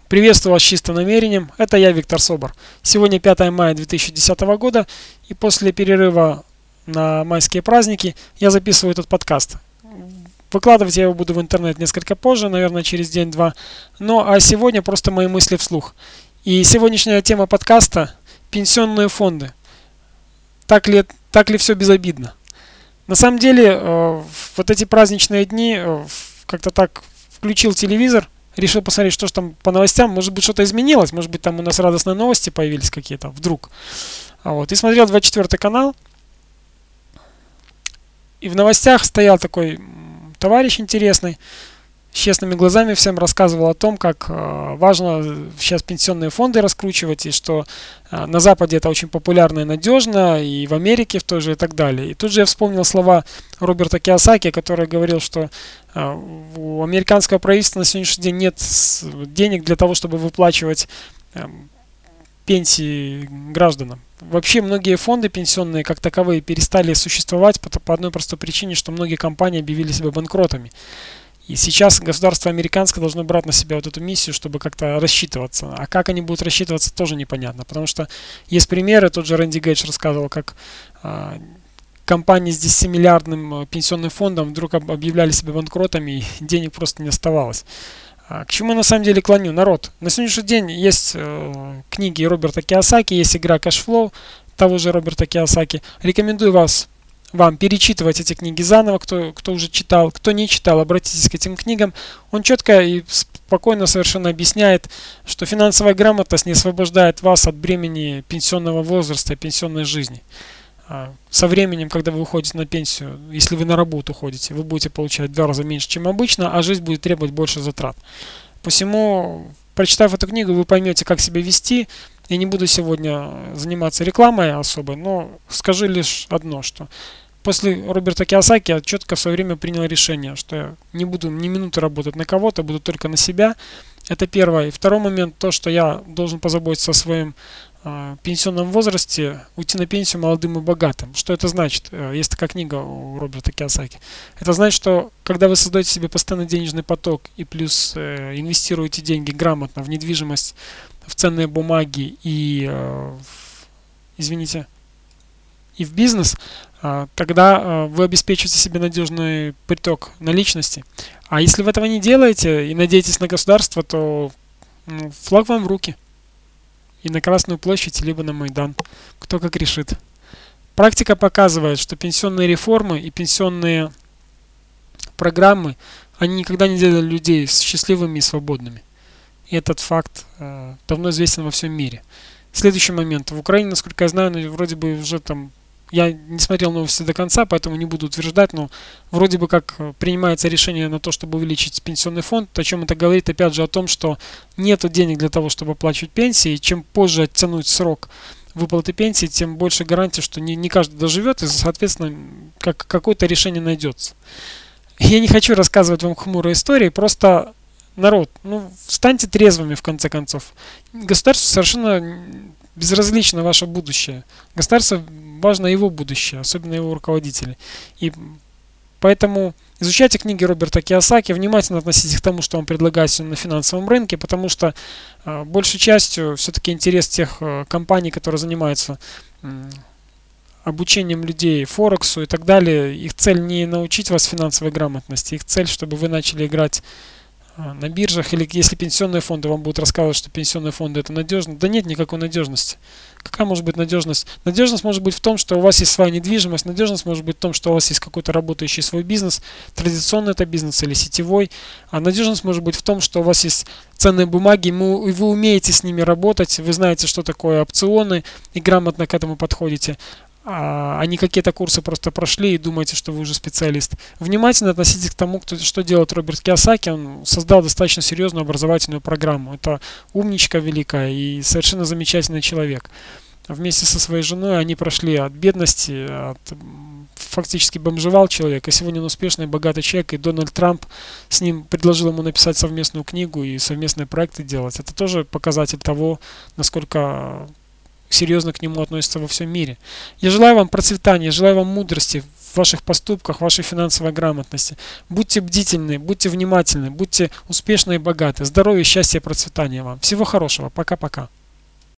Приветствую вас с чистым намерением. Это я, Виктор Собор. Сегодня 5 мая 2010 года, и после перерыва на майские праздники я записываю этот подкаст. Выкладывать я его буду в интернет несколько позже, наверное, через день-два. Ну, а сегодня просто мои мысли вслух. И сегодняшняя тема подкаста – пенсионные фонды. Так ли все безобидно? На самом деле, вот эти праздничные дни как-то так включил телевизор, решил посмотреть, что же там по новостям. Может быть, что-то изменилось, может быть, там у нас радостные новости появились какие-то вдруг. И смотрел 24 канал. И в новостях стоял такой товарищ интересный, с честными глазами всем рассказывал о том, как важно сейчас пенсионные фонды раскручивать, и что на Западе это очень популярно и надежно, и в Америке в той же и так далее. И тут же я вспомнил слова Роберта Кийосаки, который говорил, что у американского правительства на сегодняшний день нет денег для того, чтобы выплачивать пенсии гражданам. Вообще многие фонды пенсионные как таковые перестали существовать по одной простой причине, что многие компании объявили себя банкротами. И сейчас государство американское должно брать на себя вот эту миссию, чтобы как-то рассчитываться. А как они будут рассчитываться, тоже непонятно. Потому что есть примеры, тот же Рэнди Гейдж рассказывал, как компании с 10-миллиардным пенсионным фондом вдруг объявляли себя банкротами, и денег просто не оставалось. К чему я на самом деле клоню? Народ, на сегодняшний день есть книги Роберта Кийосаки, есть игра Cashflow того же Роберта Кийосаки. Рекомендую вам перечитывать эти книги заново, кто уже читал, кто не читал, обратитесь к этим книгам. Он четко и спокойно совершенно объясняет, что финансовая грамотность не освобождает вас от бремени пенсионного возраста и пенсионной жизни. Со временем, когда вы уходите на пенсию, если вы на работу уходите, вы будете получать в 2 раза меньше, чем обычно, а жизнь будет требовать больше затрат. Посему, прочитав эту книгу, вы поймете, как себя вести. Я не буду сегодня заниматься рекламой особой, но скажу лишь одно, что после Роберта Кийосаки я четко в свое время принял решение, что я не буду ни минуты работать на кого-то, буду только на себя. Это первое. И второй момент, то, что я должен позаботиться о своем пенсионном возрасте, уйти на пенсию молодым и богатым. Что это значит? Есть такая книга у Роберта Кийосаки. Это значит, что когда вы создаете себе постоянный денежный поток и плюс инвестируете деньги грамотно в недвижимость, в ценные бумаги и в бизнес, тогда вы обеспечиваете себе надежный приток наличности. А если вы этого не делаете и надеетесь на государство, то флаг вам в руки. И на Красную площадь, либо на Майдан. Кто как решит. Практика показывает, что пенсионные реформы и пенсионные программы, они никогда не делали людей счастливыми и свободными. И этот факт давно известен во всем мире. Следующий момент. В Украине, насколько я знаю, вроде бы уже там, я не смотрел новости до конца, поэтому не буду утверждать, но вроде бы как принимается решение на то, чтобы увеличить пенсионный фонд. О чем это говорит? Опять же о том, что нет денег для того, чтобы оплачивать пенсии. И чем позже оттянуть срок выплаты пенсии, тем больше гарантий, что не каждый доживет, и, соответственно, какое-то решение найдется. Я не хочу рассказывать вам хмурые истории, просто народ, станьте трезвыми в конце концов. Государству совершенно безразлично ваше будущее. Государству важно его будущее, особенно его руководители. И поэтому изучайте книги Роберта Кийосаки, внимательно относитесь к тому, что он предлагает на финансовом рынке, потому что большей частью все-таки интерес тех компаний, которые занимаются обучением людей Форексу и так далее, их цель не научить вас финансовой грамотности, их цель, чтобы вы начали играть на биржах, или если пенсионные фонды вам будут рассказывать, что пенсионные фонды это надежно. Да нет никакой надежности. Какая может быть надежность? Надежность может быть в том, что у вас есть своя недвижимость, надежность может быть в том, что у вас есть какой-то работающий свой бизнес, традиционный это бизнес или сетевой, а надежность может быть в том, что у вас есть ценные бумаги, и вы умеете с ними работать, вы знаете, что такое опционы, и грамотно к этому подходите. А не какие-то курсы просто прошли и думаете, что вы уже специалист. Внимательно относитесь к тому, что делает Роберт Кийосаки. Он создал достаточно серьезную образовательную программу. Это умничка великая и совершенно замечательный человек. Вместе со своей женой они прошли от бедности, фактически бомжевал человек, а сегодня он успешный, богатый человек, и Дональд Трамп с ним предложил ему написать совместную книгу и совместные проекты делать. Это тоже показатель того, насколько серьезно к нему относятся во всем мире. Я желаю вам процветания, желаю вам мудрости в ваших поступках, вашей финансовой грамотности. Будьте бдительны, будьте внимательны, будьте успешны и богаты. Здоровья, счастья и процветания вам. Всего хорошего. Пока-пока.